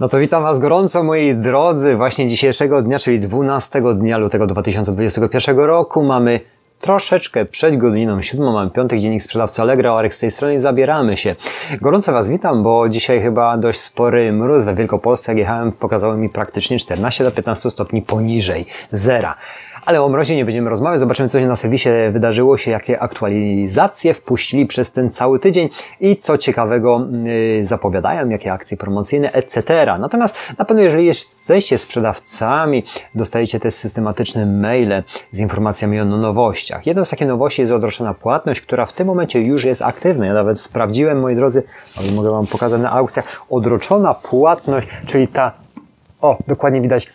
No to witam Was gorąco, moi drodzy. Właśnie dzisiejszego dnia, czyli 12 dnia lutego 2021 roku mamy troszeczkę przed godziną 7, mamy piątek, dziennik sprzedawcy Allegro, Arek z tej strony i zabieramy się. Gorąco Was witam, bo dzisiaj chyba dość spory mróz we Wielkopolsce. Jak jechałem, pokazało mi praktycznie 14 do 15 stopni poniżej zera. Ale o mrozie nie będziemy rozmawiać, zobaczymy, co się na serwisie wydarzyło się, jakie aktualizacje wpuścili przez ten cały tydzień i co ciekawego zapowiadają, jakie akcje promocyjne, etc. Natomiast na pewno, jeżeli jesteście sprzedawcami, dostajecie też systematyczne maile z informacjami o nowościach. Jedną z takich nowości jest odroczona płatność, która w tym momencie już jest aktywna. Ja nawet sprawdziłem, moi drodzy, ale mogę Wam pokazać na aukcjach, odroczona płatność, czyli ta, dokładnie widać,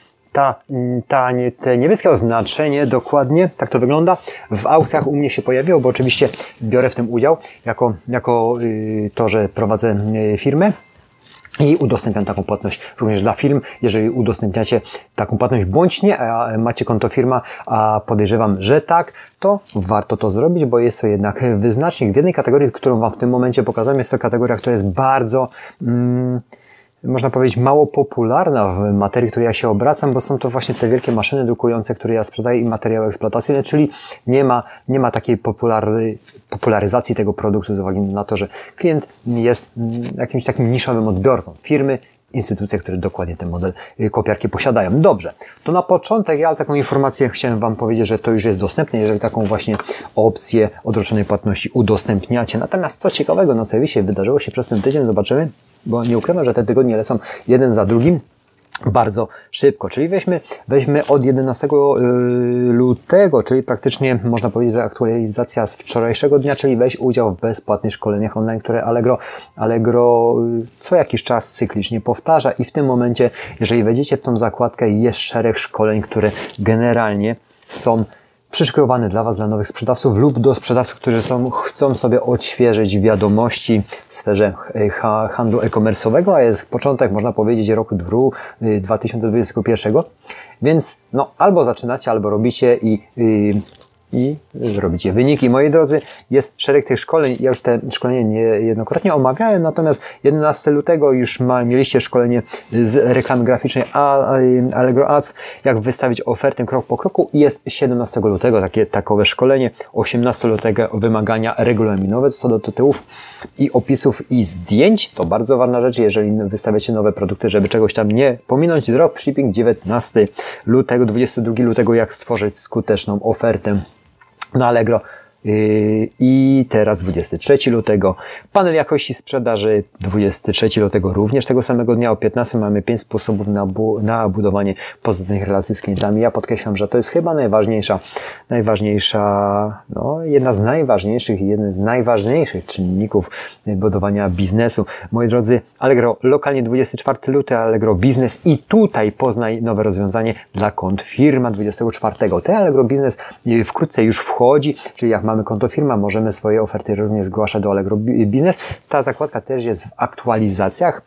te niebieskie oznaczenie, dokładnie, tak to wygląda, w aukcjach u mnie się pojawiło, bo oczywiście biorę w tym udział, jako to, że prowadzę firmę i udostępniam taką płatność również dla firm. Jeżeli udostępniacie taką płatność bądź nie, a macie konto firma, a podejrzewam, że tak, to warto to zrobić, bo jest to jednak wyznacznik w jednej kategorii, którą Wam w tym momencie pokazałem. Jest to kategoria, która jest bardzo można powiedzieć, mało popularna w materii, której ja się obracam, bo są to właśnie te wielkie maszyny drukujące, które ja sprzedaję i materiały eksploatacyjne, czyli nie ma takiej popularyzacji tego produktu z uwagi na to, że klient jest jakimś takim niszowym odbiorcą. Firmy, instytucje, które dokładnie ten model kopiarki posiadają. Dobrze, to na początek ja taką informację chciałem Wam powiedzieć, że to już jest dostępne, jeżeli taką właśnie opcję odroczonej płatności udostępniacie. Natomiast co ciekawego na serwisie wydarzyło się przez ten tydzień, zobaczymy, bo nie ukrywam, że te tygodnie lecą jeden za drugim bardzo szybko, czyli weźmy od 11 lutego, czyli praktycznie można powiedzieć, że aktualizacja z wczorajszego dnia, czyli weź udział w bezpłatnych szkoleniach online, które Allegro co jakiś czas cyklicznie powtarza i w tym momencie, jeżeli wejdziecie w tą zakładkę, jest szereg szkoleń, które generalnie są przyszykowane dla Was, dla nowych sprzedawców lub do sprzedawców, którzy chcą sobie odświeżyć wiadomości w sferze handlu e-commerce'owego, a jest początek, można powiedzieć, roku 2021. Więc albo zaczynacie, albo robicie i robicie wyniki. Moi drodzy, jest szereg tych szkoleń. Ja już te szkolenie niejednokrotnie omawiałem, natomiast 11 lutego już mieliście szkolenie z reklamy graficznej Allegro Ads, jak wystawić ofertę krok po kroku. I jest 17 lutego takowe szkolenie, 18 lutego wymagania regulaminowe co do tytułów i opisów i zdjęć. To bardzo ważna rzecz, jeżeli wystawiacie nowe produkty, żeby czegoś tam nie pominąć. Dropshipping 19 lutego, 22 lutego, jak stworzyć skuteczną ofertę na Allegro. I teraz 23 lutego panel jakości sprzedaży, 23 lutego również tego samego dnia o 15 mamy 5 sposobów na budowanie pozytywnych relacji z klientami. Ja podkreślam, że to jest chyba jedna z najważniejszych i jeden z najważniejszych czynników budowania biznesu. Moi drodzy, Allegro lokalnie 24 luty, Allegro Biznes i tutaj poznaj nowe rozwiązanie dla kont firma 24. Ten Allegro Biznes wkrótce już wchodzi, czyli jak mamy konto firma, możemy swoje oferty również zgłaszać do Allegro Biznes. Ta zakładka też jest w aktualizacjach.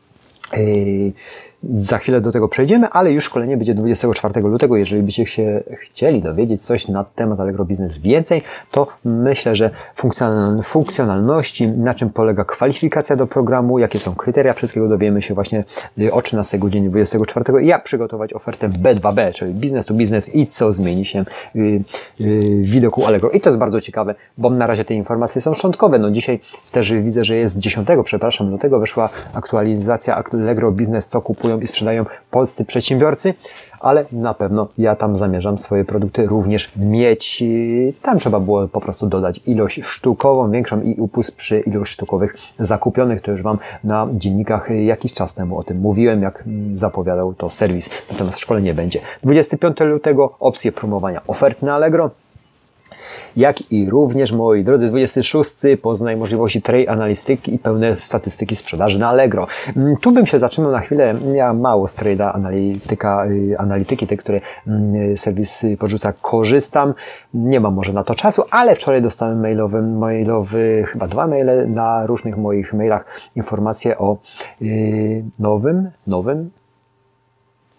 Za chwilę do tego przejdziemy, ale już szkolenie będzie 24 lutego. Jeżeli byście się chcieli dowiedzieć coś na temat Allegro Biznes więcej, to myślę, że funkcjonalności, na czym polega kwalifikacja do programu, jakie są kryteria, wszystkiego dowiemy się właśnie o 13 godzinie 24. Jak przygotować ofertę B2B, czyli business to business i co zmieni się w widoku Allegro. I to jest bardzo ciekawe, bo na razie te informacje są szczątkowe. Dzisiaj też widzę, że jest 10 lutego wyszła aktualizacja Allegro Biznes, co kupują i sprzedają polscy przedsiębiorcy, ale na pewno ja tam zamierzam swoje produkty również mieć. Tam trzeba było po prostu dodać ilość sztukową, większą i upust przy ilość sztukowych zakupionych. To już Wam na dziennikach jakiś czas temu o tym mówiłem, jak zapowiadał to serwis. Natomiast szkolenie będzie 25 lutego, opcje promowania ofert na Allegro. Jak i również, moi drodzy, 26. poznaj możliwości trade analityki i pełne statystyki sprzedaży na Allegro. Tu bym się zatrzymał na chwilę. Ja mało z trade'a analityki, tej, które serwis podrzuca, korzystam. Nie mam może na to czasu, ale wczoraj dostałem mailowy, chyba 2 maile na różnych moich mailach, informacje o nowym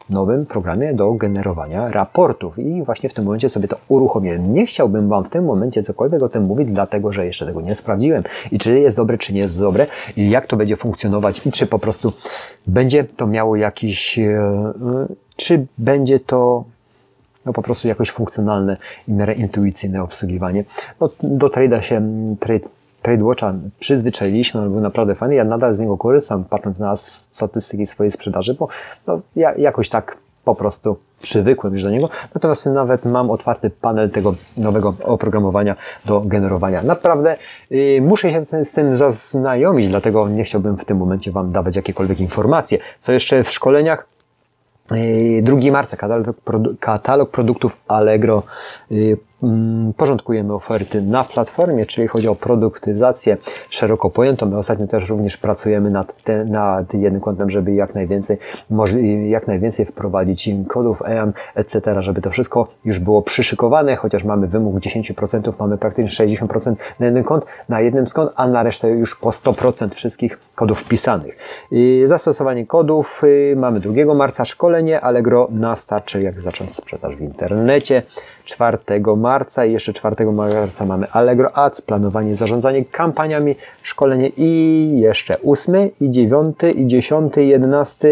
nowym programie do generowania raportów i właśnie w tym momencie sobie to uruchomiłem. Nie chciałbym Wam w tym momencie cokolwiek o tym mówić, dlatego że jeszcze tego nie sprawdziłem i czy jest dobre, czy nie jest dobre i jak to będzie funkcjonować i czy po prostu będzie to miało jakiś, czy będzie to po prostu jakoś funkcjonalne i w miarę intuicyjne obsługiwanie. No, do TradeWatcha przyzwyczailiśmy, on był naprawdę fajny. Ja nadal z niego korzystam, patrząc na statystyki swojej sprzedaży, bo no, ja jakoś tak po prostu przywykłem już do niego. Natomiast nawet mam otwarty panel tego nowego oprogramowania do generowania. Naprawdę muszę się z tym zaznajomić, dlatego nie chciałbym w tym momencie Wam dawać jakiekolwiek informacje. Co jeszcze w szkoleniach? 2 marca, katalog produktów Allegro. Porządkujemy oferty na platformie, czyli chodzi o produktyzację szeroko pojętą. My ostatnio też również pracujemy nad jednym kątem, żeby jak najwięcej wprowadzić kodów EAN, etc., żeby to wszystko już było przyszykowane, chociaż mamy wymóg 10%, mamy praktycznie 60% na jeden kąt, na jednym z kont, a na resztę już po 100% wszystkich kodów wpisanych. Zastosowanie kodów mamy 2 marca, szkolenie Allegro na start, czyli jak zacząć sprzedaż w internecie. 4 marca i jeszcze 4 marca mamy Allegro Ads, planowanie, zarządzanie kampaniami, szkolenie i jeszcze 8 i 9 i 10, 11,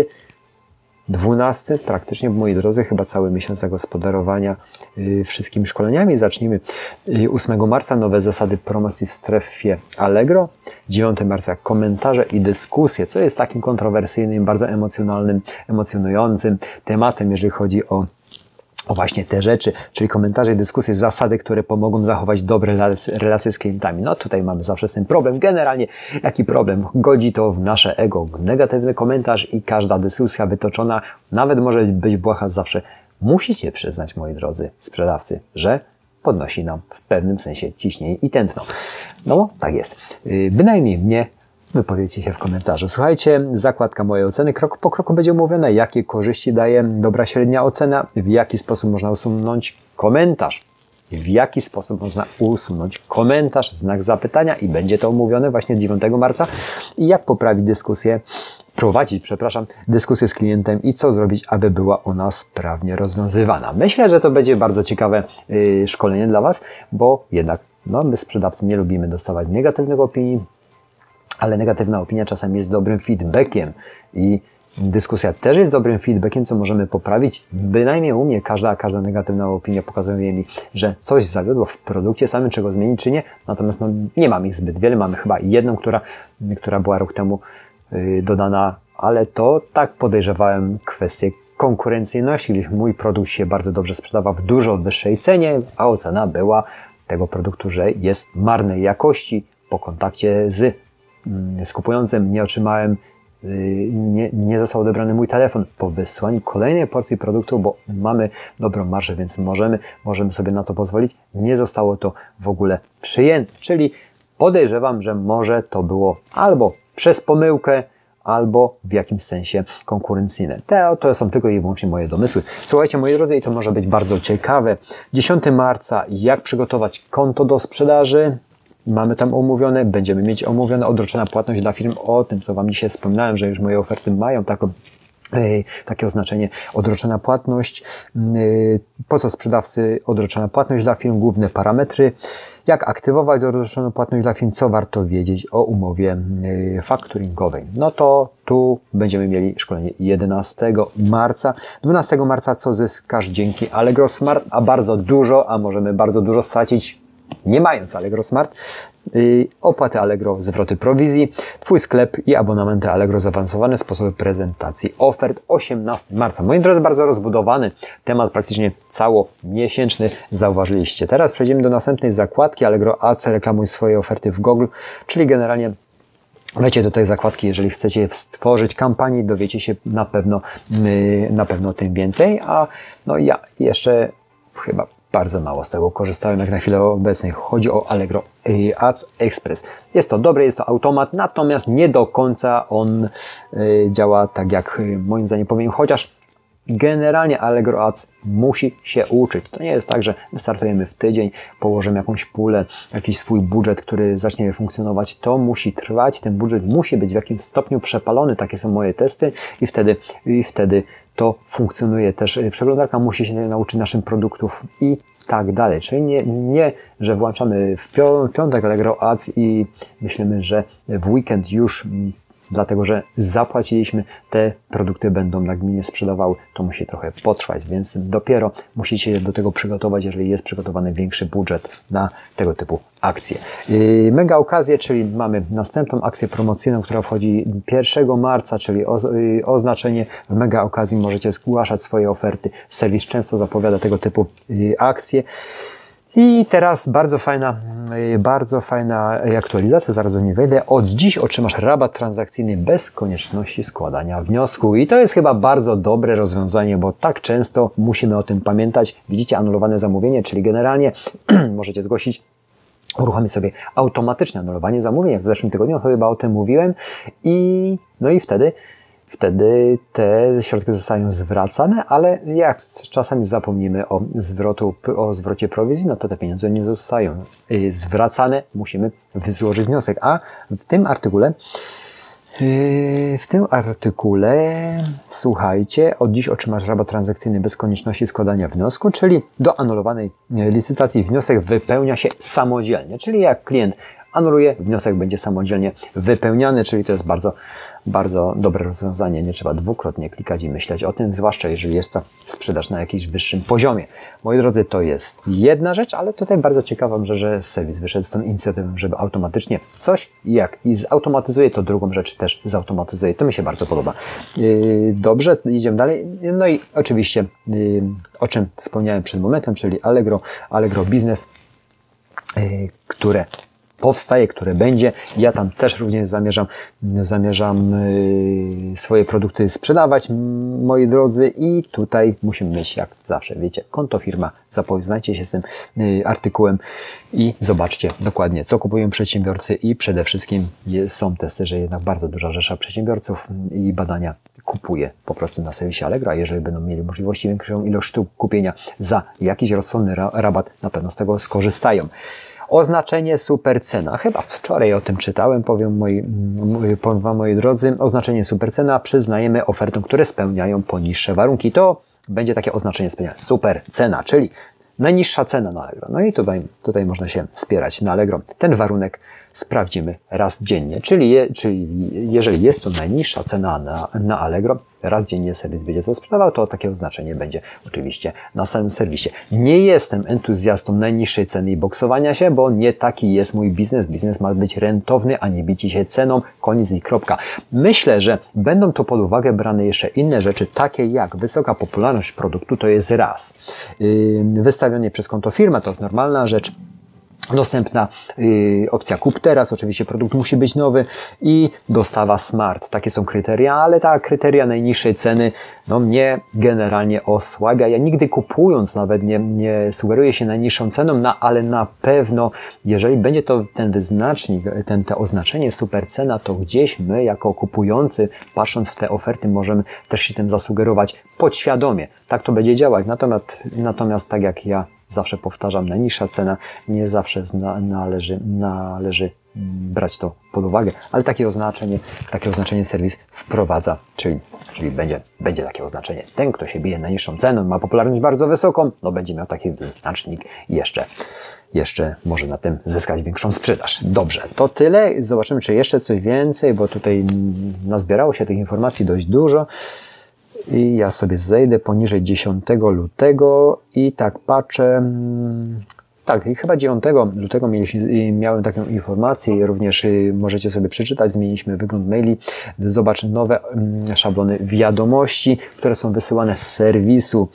12, praktycznie, moi drodzy, chyba cały miesiąc zagospodarowania wszystkimi szkoleniami. Zacznijmy 8 marca, nowe zasady promocji w strefie Allegro. 9 marca komentarze i dyskusje, co jest takim kontrowersyjnym, bardzo emocjonalnym, emocjonującym tematem, jeżeli chodzi o właśnie te rzeczy, czyli komentarze i dyskusje, zasady, które pomogą zachować dobre relacje z klientami. No tutaj mamy zawsze z tym problem. Generalnie jaki problem? Godzi to w nasze ego. Negatywny komentarz i każda dyskusja wytoczona, nawet może być błaha, zawsze musicie przyznać, moi drodzy sprzedawcy, że podnosi nam w pewnym sensie ciśnienie i tętno. No, tak jest. Bynajmniej mnie wypowiedzcie się w komentarzu. Słuchajcie, zakładka mojej oceny krok po kroku będzie omówiona, jakie korzyści daje dobra średnia ocena, w jaki sposób można usunąć komentarz, znak zapytania i będzie to omówione właśnie 9 marca i jak poprawić prowadzić dyskusję z klientem i co zrobić, aby była ona sprawnie rozwiązywana. Myślę, że to będzie bardzo ciekawe szkolenie dla Was, bo jednak my sprzedawcy nie lubimy dostawać negatywnych opinii, ale negatywna opinia czasem jest dobrym feedbackiem i dyskusja też jest dobrym feedbackiem, co możemy poprawić. Bynajmniej u mnie każda negatywna opinia pokazuje mi, że coś zawiodło w produkcie samym, czego zmienić czy nie. Natomiast nie mam ich zbyt wiele. Mamy chyba jedną, która była rok temu dodana, ale to tak podejrzewałem kwestię konkurencyjności, gdyż mój produkt się bardzo dobrze sprzedawał w dużo wyższej cenie, a ocena była tego produktu, że jest marnej jakości. Po kontakcie z kupującym nie otrzymałem, nie został odebrany mój telefon. Po wysłaniu kolejnej porcji produktu, bo mamy dobrą marżę, więc możemy sobie na to pozwolić, nie zostało to w ogóle przyjęte. Czyli podejrzewam, że może to było albo przez pomyłkę, albo w jakimś sensie konkurencyjne. To są tylko i wyłącznie moje domysły. Słuchajcie, moi drodzy, i to może być bardzo ciekawe. 10 marca, jak przygotować konto do sprzedaży. Mamy tam omówione, będziemy mieć omówione odroczona płatność dla firm. O tym, co Wam dzisiaj wspominałem, że już moje oferty mają takie oznaczenie odroczona płatność. Po co sprzedawcy odroczona płatność dla firm? Główne parametry. Jak aktywować odroczoną płatność dla firm? Co warto wiedzieć o umowie fakturingowej? No to tu będziemy mieli szkolenie 11 marca. 12 marca co zyskasz dzięki Allegro Smart? A bardzo dużo, a możemy bardzo dużo stracić nie mając Allegro Smart. Opłaty Allegro, zwroty prowizji, Twój sklep i abonamenty Allegro, zaawansowane sposoby prezentacji ofert. 18 marca. Moi drodzy, bardzo rozbudowany temat, praktycznie całomiesięczny, zauważyliście. Teraz przejdziemy do następnej zakładki Allegro Ads, reklamuj swoje oferty w Google, czyli generalnie lecie do tej zakładki, jeżeli chcecie stworzyć kampanię, dowiecie się na pewno o tym więcej, a ja jeszcze chyba bardzo mało z tego korzystałem jak na chwilę obecną. Chodzi o Allegro Ads Express. Jest to dobre, jest to automat, natomiast nie do końca on działa tak jak moim zdaniem powinien, chociaż generalnie Allegro Ads musi się uczyć. To nie jest tak, że startujemy w tydzień, położymy jakąś pulę, jakiś swój budżet, który zacznie funkcjonować. To musi trwać, ten budżet musi być w jakimś stopniu przepalony. Takie są moje testy i wtedy to funkcjonuje też. Przeglądarka musi się nauczyć naszych produktów i tak dalej. Czyli nie, że włączamy w piątek Allegro Ads i myślimy, że w weekend już, dlatego że zapłaciliśmy, te produkty będą nagminnie sprzedawały. To musi trochę potrwać, więc dopiero musicie się do tego przygotować, jeżeli jest przygotowany większy budżet na tego typu akcje. Mega okazje, czyli mamy następną akcję promocyjną, która wchodzi 1 marca, czyli oznaczenie w mega okazji. Możecie zgłaszać swoje oferty. Serwis często zapowiada tego typu akcje. I teraz bardzo fajna aktualizacja, zaraz do niej wejdę. Od dziś otrzymasz rabat transakcyjny bez konieczności składania wniosku. I to jest chyba bardzo dobre rozwiązanie, bo tak często musimy o tym pamiętać. Widzicie anulowane zamówienie, czyli generalnie możecie zgłosić, uruchomić sobie automatyczne anulowanie zamówień, jak w zeszłym tygodniu chyba o tym mówiłem. No i wtedy te środki zostają zwracane, ale jak czasami zapomnimy o zwrocie prowizji, no to te pieniądze nie zostają zwracane, musimy złożyć wniosek. A w tym artykule, słuchajcie, od dziś otrzymasz rabat transakcyjny bez konieczności składania wniosku, czyli do anulowanej licytacji wniosek wypełnia się samodzielnie, czyli jak klient anuluje, wniosek będzie samodzielnie wypełniany, czyli to jest bardzo, bardzo dobre rozwiązanie. Nie trzeba dwukrotnie klikać i myśleć o tym, zwłaszcza jeżeli jest to sprzedaż na jakimś wyższym poziomie. Moi drodzy, to jest jedna rzecz, ale tutaj bardzo ciekawa, że serwis wyszedł z tą inicjatywą, żeby automatycznie coś i zautomatyzuje, to drugą rzecz też zautomatyzuje. To mi się bardzo podoba. Dobrze, idziemy dalej. No i oczywiście, o czym wspomniałem przed momentem, czyli Allegro Business, które powstaje, które będzie. Ja tam też również zamierzam swoje produkty sprzedawać, moi drodzy, i tutaj musimy mieć, jak zawsze, wiecie, konto firma, zapoznajcie się z tym artykułem i zobaczcie dokładnie, co kupują przedsiębiorcy i przede wszystkim są testy, że jednak bardzo duża rzesza przedsiębiorców i badania kupuje po prostu na serwisie Allegro, a jeżeli będą mieli możliwości większą ilość sztuk kupienia za jakiś rozsądny rabat, na pewno z tego skorzystają. Oznaczenie supercena. Chyba wczoraj o tym czytałem, powiem wam, moi drodzy. Oznaczenie supercena przyznajemy ofertom, które spełniają poniższe warunki. To będzie takie oznaczenie specjalne. Supercena, czyli najniższa cena na Allegro. No i tutaj można się wspierać na Allegro. Ten warunek sprawdzimy raz dziennie. Czyli jeżeli jest to najniższa cena na Allegro, raz dziennie serwis będzie to sprzedawał, to takie oznaczenie będzie oczywiście na samym serwisie. Nie jestem entuzjastą najniższej ceny i boksowania się, bo nie taki jest mój biznes. Biznes ma być rentowny, a nie bici się ceną, koniec i kropka. Myślę, że będą to pod uwagę brane jeszcze inne rzeczy, takie jak wysoka popularność produktu, to jest raz. Wystawienie przez konto firma to jest normalna rzecz. Dostępna opcja kup teraz, oczywiście produkt musi być nowy i dostawa smart. Takie są kryteria, ale ta kryteria najniższej ceny mnie generalnie osłabia. Ja nigdy kupując nawet nie sugeruję się najniższą ceną, ale na pewno jeżeli będzie to ten wyznacznik, to oznaczenie super cena, to gdzieś my jako kupujący, patrząc w te oferty, możemy też się tym zasugerować podświadomie. Tak to będzie działać. Natomiast tak jak ja zawsze powtarzam, najniższa cena nie zawsze należy brać to pod uwagę, ale takie oznaczenie serwis wprowadza, czyli będzie takie oznaczenie. Ten, kto się bije najniższą ceną, ma popularność bardzo wysoką, będzie miał taki znacznik i jeszcze może na tym zyskać większą sprzedaż. Dobrze, to tyle. Zobaczymy, czy jeszcze coś więcej, bo tutaj nazbierało się tych informacji dość dużo. I ja sobie zejdę poniżej 10 lutego i tak patrzę. Tak, i chyba 9 lutego miałem taką informację i również możecie sobie przeczytać. Zmieniliśmy wygląd maili. Zobacz nowe szablony wiadomości, które są wysyłane z serwisu.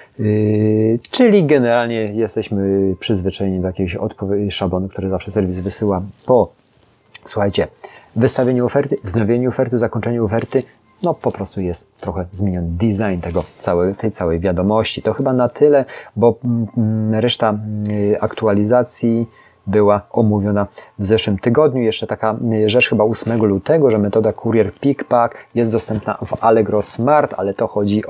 Czyli generalnie jesteśmy przyzwyczajeni do jakiejś szablonu, który zawsze serwis wysyła po, słuchajcie, wystawieniu oferty, wznowieniu oferty, zakończeniu oferty. Po prostu jest trochę zmieniony design tej całej wiadomości. To chyba na tyle, bo reszta aktualizacji była omówiona w zeszłym tygodniu. Jeszcze taka rzecz chyba 8 lutego, że metoda Courier Pick Pack jest dostępna w Allegro Smart, ale to chodzi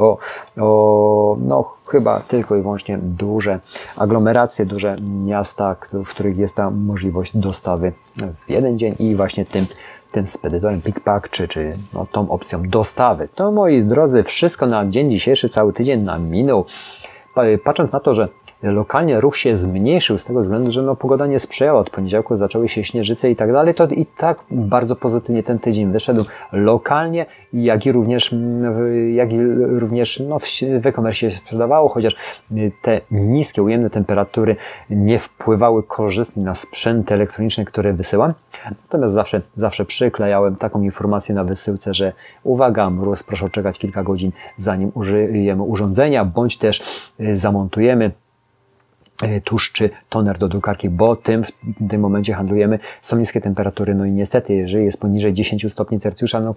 o chyba tylko i wyłącznie duże aglomeracje, duże miasta, w których jest ta możliwość dostawy w jeden dzień i właśnie tym spedytorem PickPack, czy no, tą opcją dostawy. To, moi drodzy, wszystko na dzień dzisiejszy, cały tydzień nam minął. Patrząc na to, że lokalnie ruch się zmniejszył z tego względu, że no, pogoda nie sprzyjała. Od poniedziałku zaczęły się śnieżyce i tak dalej, to i tak bardzo pozytywnie ten tydzień wyszedł lokalnie, jak i również no, w e-commerce się sprzedawało, chociaż te niskie, ujemne temperatury nie wpływały korzystnie na sprzęty elektroniczne, które wysyłam. Natomiast zawsze przyklejałem taką informację na wysyłce, że uwaga, mróz, proszę czekać kilka godzin, zanim użyjemy urządzenia, bądź też zamontujemy tusz czy toner do drukarki, bo w tym momencie handlujemy. Są niskie temperatury, no i niestety, jeżeli jest poniżej 10 stopni Celsjusza, no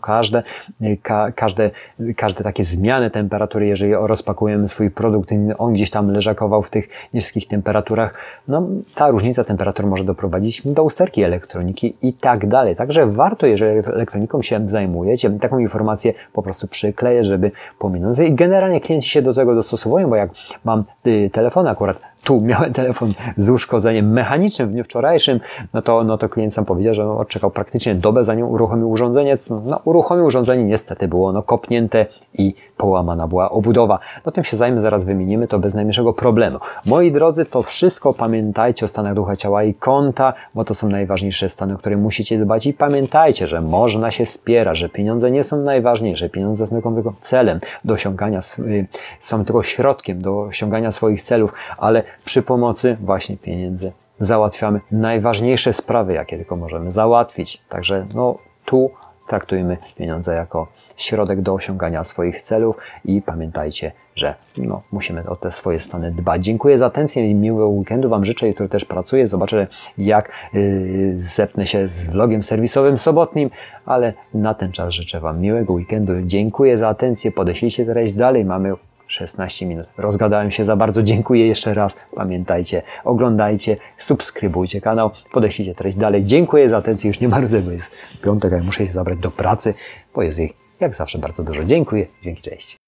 każde takie zmiany temperatury, jeżeli rozpakujemy swój produkt, on gdzieś tam leżakował w tych niskich temperaturach, no ta różnica temperatur może doprowadzić do usterki elektroniki i tak dalej. Także warto, jeżeli elektroniką się zajmujecie, taką informację po prostu przykleję, żeby pominąć. I generalnie klienci się do tego dostosowują, bo jak mam telefon akurat, tu miałem telefon z uszkodzeniem mechanicznym w dniu wczorajszym, no to klient sam powiedział, że no, czekał praktycznie dobę, zanim uruchomił urządzenie. No, uruchomił urządzenie, niestety było ono kopnięte i połamana była obudowa. No tym się zajmę, zaraz wymienimy to bez najmniejszego problemu. Moi drodzy, to wszystko pamiętajcie o stanach ducha, ciała i konta, bo to są najważniejsze stany, o które musicie dbać i pamiętajcie, że można się spiera, że pieniądze nie są najważniejsze, pieniądze są tylko celem do osiągania, są tylko środkiem do osiągania swoich celów, ale przy pomocy właśnie pieniędzy załatwiamy najważniejsze sprawy, jakie tylko możemy załatwić. Także no tu traktujmy pieniądze jako środek do osiągania swoich celów i pamiętajcie, że no, musimy o te swoje stany dbać. Dziękuję za atencję i miłego weekendu Wam życzę. Jutro też pracuję. Zobaczę, jak zepnę się z vlogiem serwisowym sobotnim, ale na ten czas życzę Wam miłego weekendu. Dziękuję za atencję. Podeślijcie treść dalej. Mamy 16 minut. Rozgadałem się za bardzo. Dziękuję jeszcze raz. Pamiętajcie, oglądajcie, subskrybujcie kanał, podeślijcie treść dalej. Dziękuję za atencję. Już nie bardzo, bo jest piątek, a muszę się zabrać do pracy, bo jest ich jak zawsze bardzo dużo. Dziękuję. Dzięki, cześć.